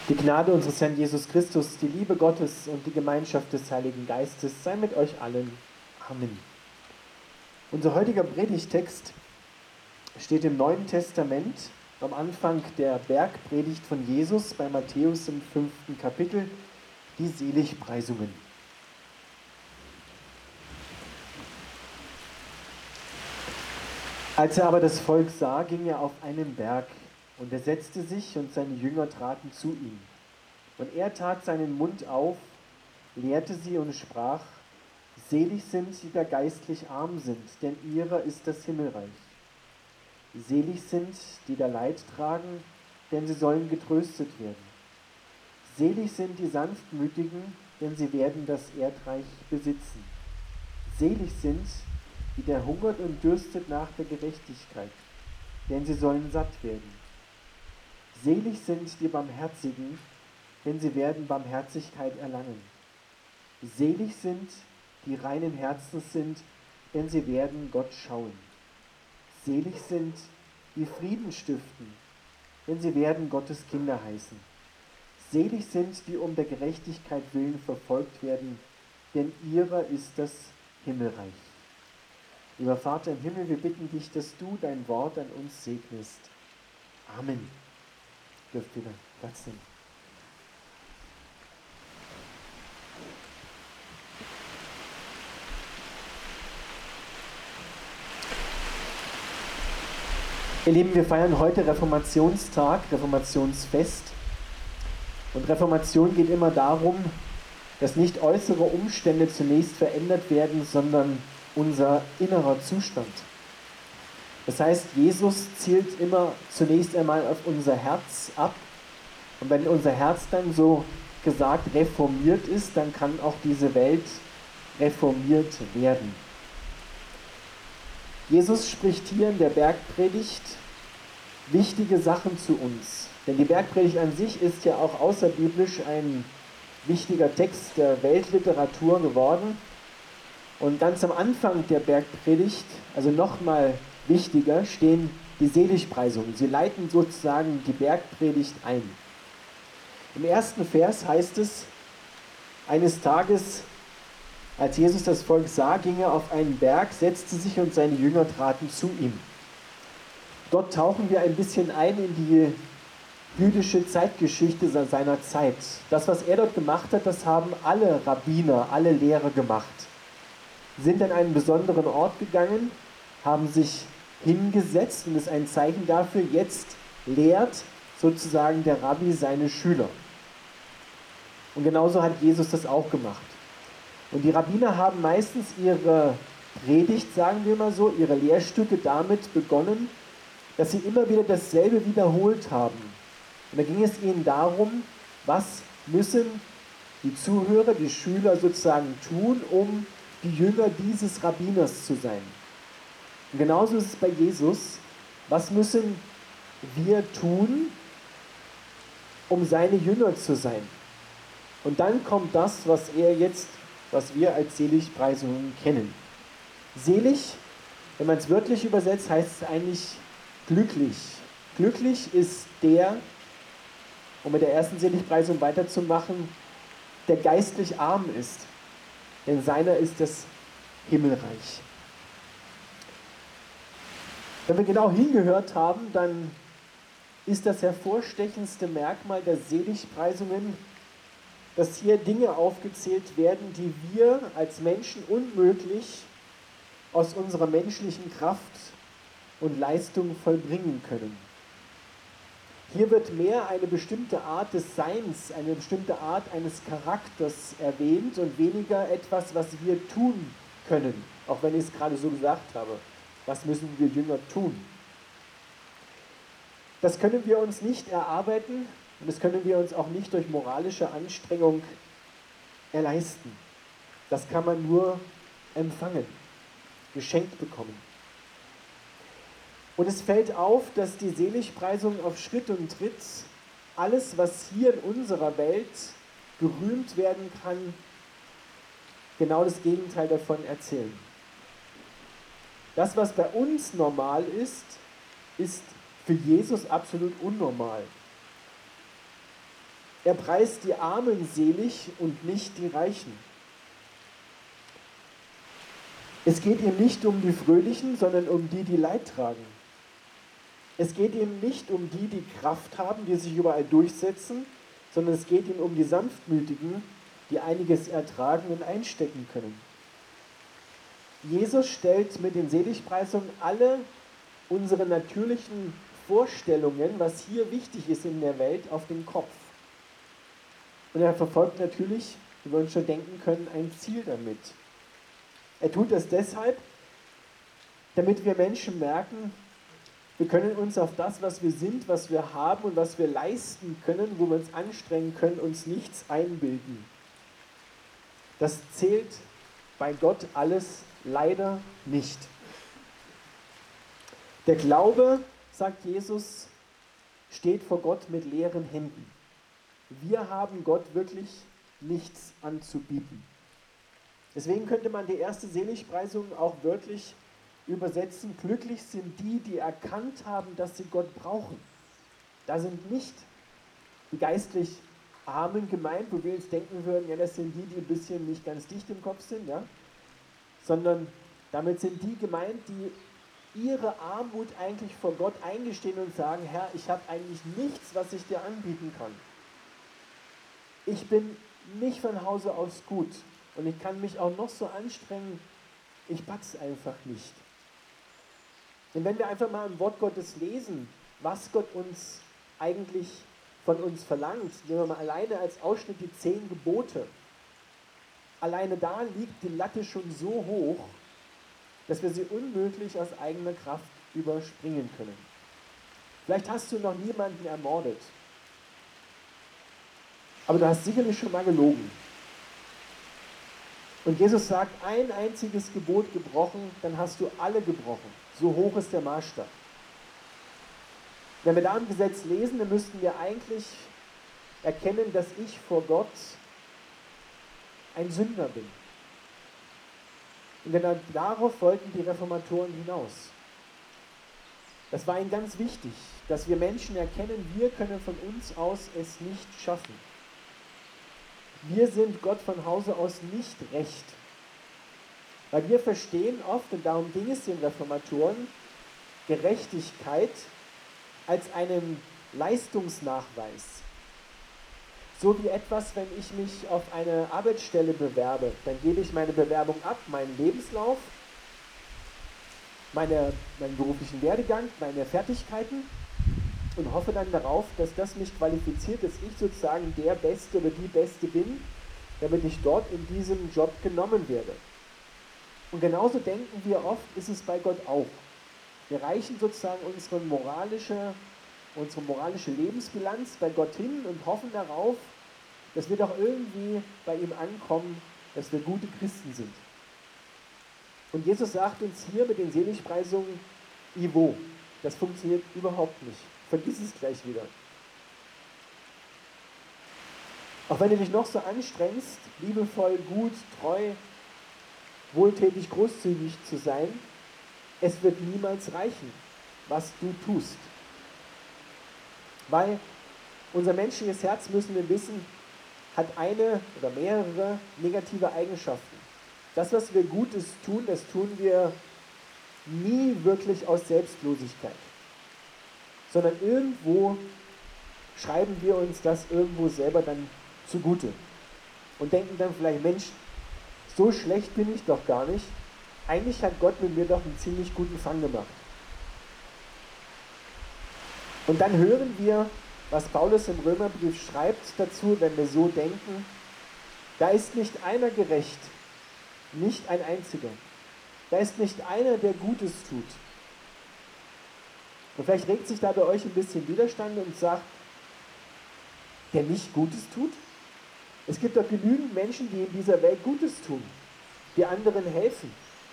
Die Gnade unseres Herrn Jesus Christus, die Liebe Gottes und die Gemeinschaft des Heiligen Geistes sei mit euch allen. Amen. Unser heutiger Predigtext steht im Neuen Testament am Anfang der Bergpredigt von Jesus bei Matthäus im 5. Kapitel, die Seligpreisungen. Als er aber das Volk sah, ging er auf einen Berg, und er setzte sich, und seine Jünger traten zu ihm. Und er tat seinen Mund auf, lehrte sie und sprach: Selig sind, die da geistlich arm sind, denn ihrer ist das Himmelreich. Selig sind, die da Leid tragen, denn sie sollen getröstet werden. Selig sind die Sanftmütigen, denn sie werden das Erdreich besitzen. Selig sind, die da hungert und dürstet nach der Gerechtigkeit, denn sie sollen satt werden. Selig sind die Barmherzigen, denn sie werden Barmherzigkeit erlangen. Selig sind, die reinen Herzens sind, denn sie werden Gott schauen. Selig sind, die Frieden stiften, denn sie werden Gottes Kinder heißen. Selig sind, die um der Gerechtigkeit willen verfolgt werden, denn ihrer ist das Himmelreich. Lieber Vater im Himmel, wir bitten dich, dass du dein Wort an uns segnest. Amen. Dürft wieder Platz nehmen. Ihr Lieben, wir feiern heute Reformationstag, Reformationsfest. Und Reformation geht immer darum, dass nicht äußere Umstände zunächst verändert werden, sondern unser innerer Zustand. Das heißt, Jesus zielt immer zunächst einmal auf unser Herz ab. Und wenn unser Herz dann so gesagt reformiert ist, dann kann auch diese Welt reformiert werden. Jesus spricht hier in der Bergpredigt wichtige Sachen zu uns. Denn die Bergpredigt an sich ist ja auch außerbiblisch ein wichtiger Text der Weltliteratur geworden. Und ganz am Anfang der Bergpredigt, also nochmal wichtiger, stehen die Seligpreisungen. Sie leiten sozusagen die Bergpredigt ein. Im ersten Vers heißt es: Eines Tages, als Jesus das Volk sah, ging er auf einen Berg, setzte sich, und seine Jünger traten zu ihm. Dort tauchen wir ein bisschen ein in die jüdische Zeitgeschichte seiner Zeit. Das, was er dort gemacht hat, das haben alle Rabbiner, alle Lehrer gemacht. Sind an einen besonderen Ort gegangen, haben sich hingesetzt, und ist ein Zeichen dafür, jetzt lehrt sozusagen der Rabbi seine Schüler. Und genauso hat Jesus das auch gemacht. Und die Rabbiner haben meistens ihre Predigt, sagen wir mal so, ihre Lehrstücke damit begonnen, dass sie immer wieder dasselbe wiederholt haben. Und da ging es ihnen darum, was müssen die Zuhörer, die Schüler sozusagen tun, um die Jünger dieses Rabbiners zu sein. Und genauso ist es bei Jesus. Was müssen wir tun, um seine Jünger zu sein? Und dann kommt das, was wir als Seligpreisungen kennen. Selig, wenn man es wörtlich übersetzt, heißt es eigentlich glücklich. Glücklich ist der, um mit der ersten Seligpreisung weiterzumachen, der geistlich arm ist. Denn seiner ist das Himmelreich. Wenn wir genau hingehört haben, dann ist das hervorstechendste Merkmal der Seligpreisungen, dass hier Dinge aufgezählt werden, die wir als Menschen unmöglich aus unserer menschlichen Kraft und Leistung vollbringen können. Hier wird mehr eine bestimmte Art des Seins, eine bestimmte Art eines Charakters erwähnt und weniger etwas, was wir tun können, auch wenn ich es gerade so gesagt habe. Was müssen wir Jünger tun? Das können wir uns nicht erarbeiten, und das können wir uns auch nicht durch moralische Anstrengung erleisten. Das kann man nur empfangen, geschenkt bekommen. Und es fällt auf, dass die Seligpreisung auf Schritt und Tritt alles, was hier in unserer Welt gerühmt werden kann, genau das Gegenteil davon erzählen. Das, was bei uns normal ist, ist für Jesus absolut unnormal. Er preist die Armen selig und nicht die Reichen. Es geht ihm nicht um die Fröhlichen, sondern um die, die Leid tragen. Es geht ihm nicht um die, die Kraft haben, die sich überall durchsetzen, sondern es geht ihm um die Sanftmütigen, die einiges ertragen und einstecken können. Jesus stellt mit den Seligpreisungen alle unsere natürlichen Vorstellungen, was hier wichtig ist in der Welt, auf den Kopf. Und er verfolgt natürlich, wie wir uns schon denken können, ein Ziel damit. Er tut das deshalb, damit wir Menschen merken, wir können uns auf das, was wir sind, was wir haben und was wir leisten können, wo wir uns anstrengen können, uns nichts einbilden. Das zählt bei Gott alles leider nicht. Der Glaube, sagt Jesus, steht vor Gott mit leeren Händen. Wir haben Gott wirklich nichts anzubieten. Deswegen könnte man die erste Seligpreisung auch wörtlich übersetzen: Glücklich sind die, die erkannt haben, dass sie Gott brauchen. Da sind nicht die geistlich Armen gemeint, wo wir uns denken würden, ja, das sind die, die ein bisschen nicht ganz dicht im Kopf sind, ja? Sondern damit sind die gemeint, die ihre Armut eigentlich vor Gott eingestehen und sagen, Herr, ich habe eigentlich nichts, was ich dir anbieten kann. Ich bin nicht von Hause aus gut und ich kann mich auch noch so anstrengen, ich pack's einfach nicht. Und wenn wir einfach mal im Wort Gottes lesen, was Gott uns eigentlich von uns verlangt, nehmen wir mal alleine als Ausschnitt die 10 Gebote. Alleine da liegt die Latte schon so hoch, dass wir sie unmöglich aus eigener Kraft überspringen können. Vielleicht hast du noch niemanden ermordet, aber du hast sicherlich schon mal gelogen. Und Jesus sagt, ein einziges Gebot gebrochen, dann hast du alle gebrochen. So hoch ist der Maßstab. Wenn wir da im Gesetz lesen, dann müssten wir eigentlich erkennen, dass ich vor Gott ein Sünder bin. Und genau darauf wollten die Reformatoren hinaus. Das war ihnen ganz wichtig, dass wir Menschen erkennen, wir können von uns aus es nicht schaffen. Wir sind Gott von Hause aus nicht recht. Weil wir verstehen oft, und darum ging es den Reformatoren, Gerechtigkeit als einen Leistungsnachweis. So wie etwas, wenn ich mich auf eine Arbeitsstelle bewerbe, dann gebe ich meine Bewerbung ab, meinen Lebenslauf, meinen beruflichen Werdegang, meine Fertigkeiten und hoffe dann darauf, dass das mich qualifiziert, dass ich sozusagen der Beste oder die Beste bin, damit ich dort in diesem Job genommen werde. Und genauso denken wir oft, ist es bei Gott auch. Wir reichen sozusagen unsere moralische Lebensbilanz bei Gott hin und hoffen darauf, dass wir doch irgendwie bei ihm ankommen, dass wir gute Christen sind. Und Jesus sagt uns hier mit den Seligpreisungen, Ivo, das funktioniert überhaupt nicht. Vergiss es gleich wieder. Auch wenn du dich noch so anstrengst, liebevoll, gut, treu, wohltätig, großzügig zu sein, es wird niemals reichen, was du tust. Weil unser menschliches Herz, müssen wir wissen, hat eine oder mehrere negative Eigenschaften. Das, was wir Gutes tun, das tun wir nie wirklich aus Selbstlosigkeit. Sondern irgendwo schreiben wir uns das irgendwo selber dann zugute. Und denken dann vielleicht, Mensch, so schlecht bin ich doch gar nicht. Eigentlich hat Gott mit mir doch einen ziemlich guten Fang gemacht. Und dann hören wir, was Paulus im Römerbrief schreibt dazu, wenn wir so denken, da ist nicht einer gerecht, nicht ein einziger. Da ist nicht einer, der Gutes tut. Und vielleicht regt sich da bei euch ein bisschen Widerstand und sagt, der nicht Gutes tut? Es gibt doch genügend Menschen, die in dieser Welt Gutes tun, die anderen helfen.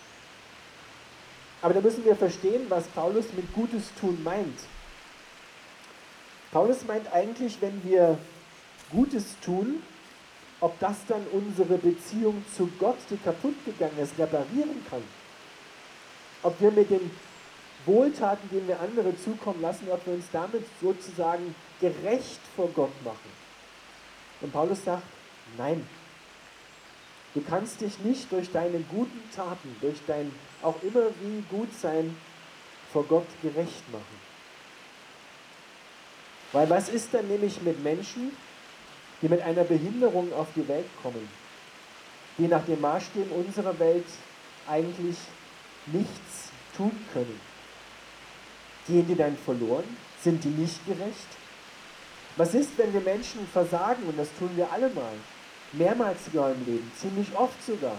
Aber da müssen wir verstehen, was Paulus mit Gutes tun meint. Paulus meint eigentlich, wenn wir Gutes tun, ob das dann unsere Beziehung zu Gott, die kaputt gegangen ist, reparieren kann. Ob wir mit den Wohltaten, denen wir andere zukommen lassen, ob wir uns damit sozusagen gerecht vor Gott machen. Und Paulus sagt, nein, du kannst dich nicht durch deine guten Taten, durch dein auch immer wie gut sein vor Gott gerecht machen. Weil was ist dann nämlich mit Menschen, die mit einer Behinderung auf die Welt kommen, die nach den Maßstäben unserer Welt eigentlich nichts tun können? Gehen die dann verloren? Sind die nicht gerecht? Was ist, wenn wir Menschen versagen, und das tun wir alle mal, mehrmals sogar im Leben, ziemlich oft sogar?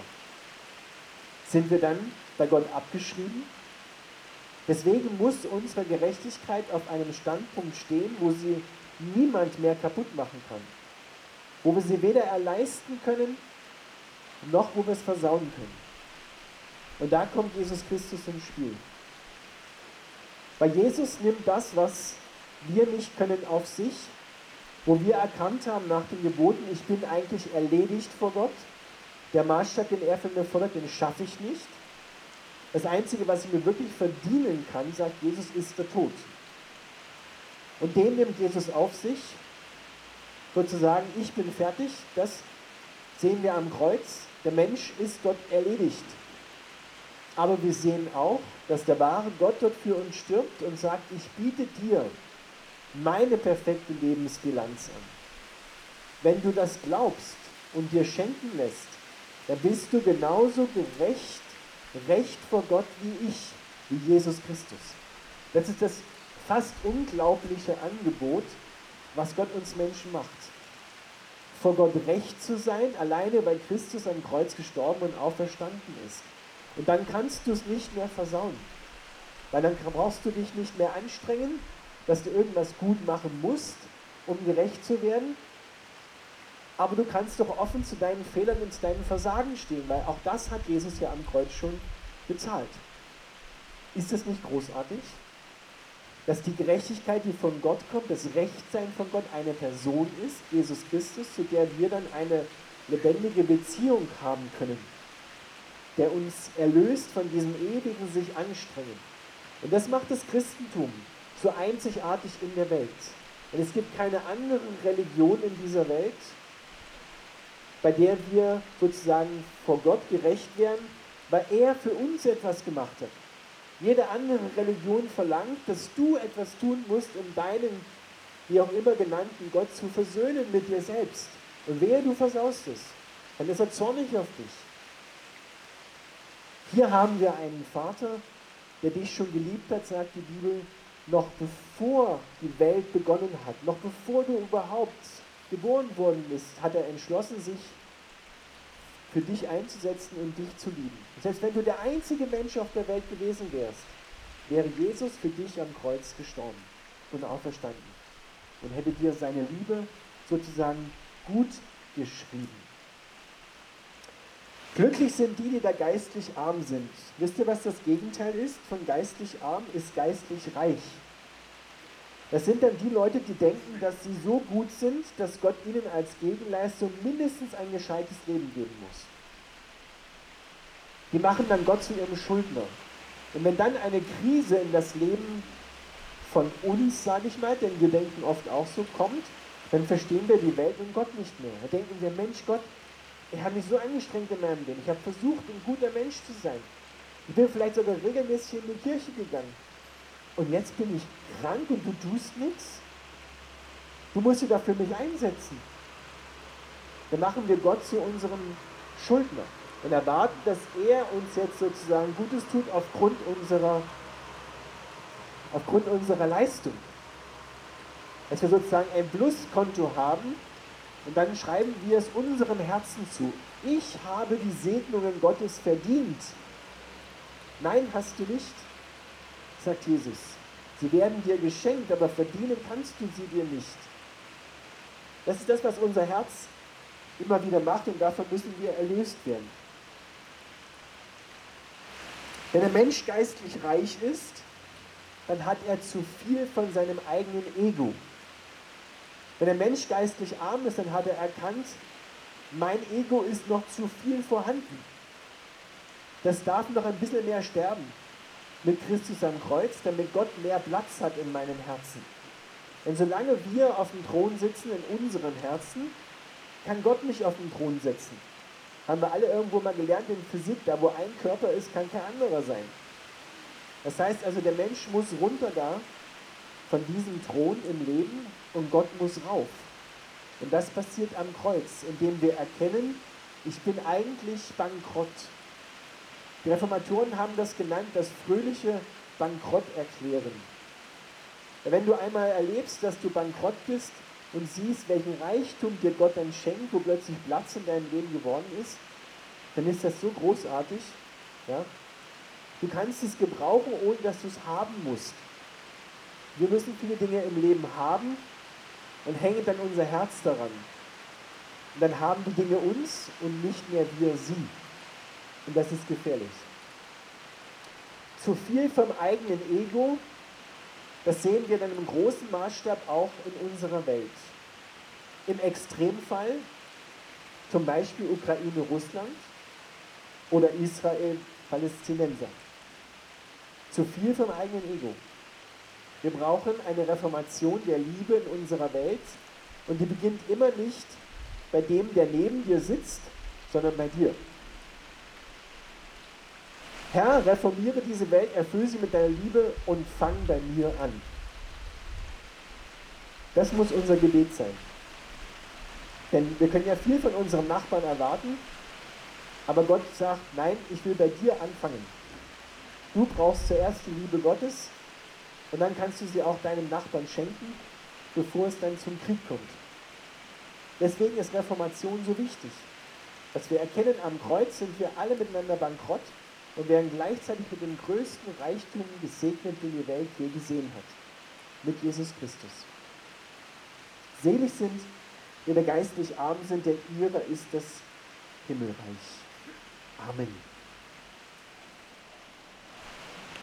Sind wir dann bei Gott abgeschrieben? Deswegen muss unsere Gerechtigkeit auf einem Standpunkt stehen, wo sie niemand mehr kaputt machen kann. Wo wir sie weder erleisten können, noch wo wir es versauen können. Und da kommt Jesus Christus ins Spiel. Weil Jesus nimmt das, was wir nicht können, auf sich, wo wir erkannt haben nach den Geboten, ich bin eigentlich erledigt vor Gott. Der Maßstab, den er von mir fordert, den schaffe ich nicht. Das Einzige, was ich mir wirklich verdienen kann, sagt Jesus, ist der Tod. Und den nimmt Jesus auf sich, sozusagen, ich bin fertig. Das sehen wir am Kreuz. Der Mensch ist dort erledigt. Aber wir sehen auch, dass der wahre Gott dort für uns stirbt und sagt, ich biete dir meine perfekte Lebensbilanz an. Wenn du das glaubst und dir schenken lässt, dann bist du genauso recht vor Gott wie ich, wie Jesus Christus. Das ist das fast unglaubliche Angebot, was Gott uns Menschen macht. Vor Gott recht zu sein, alleine weil Christus am Kreuz gestorben und auferstanden ist. Und dann kannst du es nicht mehr versauen. Weil dann brauchst du dich nicht mehr anstrengen, dass du irgendwas gut machen musst, um gerecht zu werden. Aber du kannst doch offen zu deinen Fehlern und zu deinen Versagen stehen, weil auch das hat Jesus ja am Kreuz schon bezahlt. Ist das nicht großartig? Dass die Gerechtigkeit, die von Gott kommt, das Rechtsein von Gott eine Person ist, Jesus Christus, zu der wir dann eine lebendige Beziehung haben können, der uns erlöst von diesem ewigen sich anstrengen. Und das macht das Christentum so einzigartig in der Welt. Und es gibt keine andere Religion in dieser Welt, bei der wir sozusagen vor Gott gerecht werden, weil er für uns etwas gemacht hat. Jede andere Religion verlangt, dass du etwas tun musst, um deinen, wie auch immer genannten Gott zu versöhnen mit dir selbst. Und wehe, du versaust es, dann ist er zornig auf dich. Hier haben wir einen Vater, der dich schon geliebt hat, sagt die Bibel, noch bevor die Welt begonnen hat, noch bevor du überhaupt geboren worden bist, hat er entschlossen, sich für dich einzusetzen und dich zu lieben. Und selbst wenn du der einzige Mensch auf der Welt gewesen wärst, wäre Jesus für dich am Kreuz gestorben und auferstanden und hätte dir seine Liebe sozusagen gut geschrieben. Glücklich sind die, die da geistlich arm sind. Wisst ihr, was das Gegenteil ist von geistlich arm? Ist geistlich reich. Das sind dann die Leute, die denken, dass sie so gut sind, dass Gott ihnen als Gegenleistung mindestens ein gescheites Leben geben muss. Die machen dann Gott zu ihrem Schuldner. Und wenn dann eine Krise in das Leben von uns, sage ich mal, denn wir denken oft auch so, kommt, dann verstehen wir die Welt und Gott nicht mehr. Da denken wir, Mensch, Gott, ich habe mich so angestrengt in meinem Leben. Ich habe versucht, ein guter Mensch zu sein. Ich bin vielleicht sogar regelmäßig in die Kirche gegangen. Und jetzt bin ich krank und du tust nichts? Du musst dich da für mich einsetzen. Dann machen wir Gott zu unserem Schuldner und erwarten, dass er uns jetzt sozusagen Gutes tut aufgrund unserer Leistung. Dass wir sozusagen ein Pluskonto haben und dann schreiben wir es unserem Herzen zu. Ich habe die Segnungen Gottes verdient. Nein, hast du nicht, sagt Jesus. Sie werden dir geschenkt, aber verdienen kannst du sie dir nicht. Das ist das, was unser Herz immer wieder macht und davon müssen wir erlöst werden. Wenn ein Mensch geistlich reich ist, dann hat er zu viel von seinem eigenen Ego. Wenn ein Mensch geistlich arm ist, dann hat er erkannt, mein Ego ist noch zu viel vorhanden. Das darf noch ein bisschen mehr sterben mit Christus am Kreuz, damit Gott mehr Platz hat in meinem Herzen. Denn solange wir auf dem Thron sitzen in unseren Herzen, kann Gott nicht auf den Thron setzen. Haben wir alle irgendwo mal gelernt in Physik, da wo ein Körper ist, kann kein anderer sein. Das heißt also, der Mensch muss runter da von diesem Thron im Leben und Gott muss rauf. Und das passiert am Kreuz, indem wir erkennen, ich bin eigentlich bankrott. Die Reformatoren haben das genannt, das fröhliche Bankrott erklären. Wenn du einmal erlebst, dass du bankrott bist und siehst, welchen Reichtum dir Gott dann schenkt, wo plötzlich Platz in deinem Leben geworden ist, dann ist das so großartig. Ja? Du kannst es gebrauchen, ohne dass du es haben musst. Wir müssen viele Dinge im Leben haben und hängen dann unser Herz daran. Und dann haben die Dinge uns und nicht mehr wir sie. Und das ist gefährlich. Zu viel vom eigenen Ego, das sehen wir dann im großen Maßstab auch in unserer Welt. Im Extremfall, zum Beispiel Ukraine-Russland oder Israel-Palästinenser. Zu viel vom eigenen Ego. Wir brauchen eine Reformation der Liebe in unserer Welt und die beginnt immer nicht bei dem, der neben dir sitzt, sondern bei dir. Herr, reformiere diese Welt, erfülle sie mit deiner Liebe und fang bei mir an. Das muss unser Gebet sein. Denn wir können ja viel von unserem Nachbarn erwarten, aber Gott sagt, nein, ich will bei dir anfangen. Du brauchst zuerst die Liebe Gottes und dann kannst du sie auch deinem Nachbarn schenken, bevor es dann zum Krieg kommt. Deswegen ist Reformation so wichtig, dass wir erkennen, am Kreuz sind wir alle miteinander bankrott und werden gleichzeitig mit dem größten Reichtum gesegnet, den die Welt je gesehen hat, mit Jesus Christus. Selig sind, die geistlich arm sind, denn ihrer ist das Himmelreich. Amen.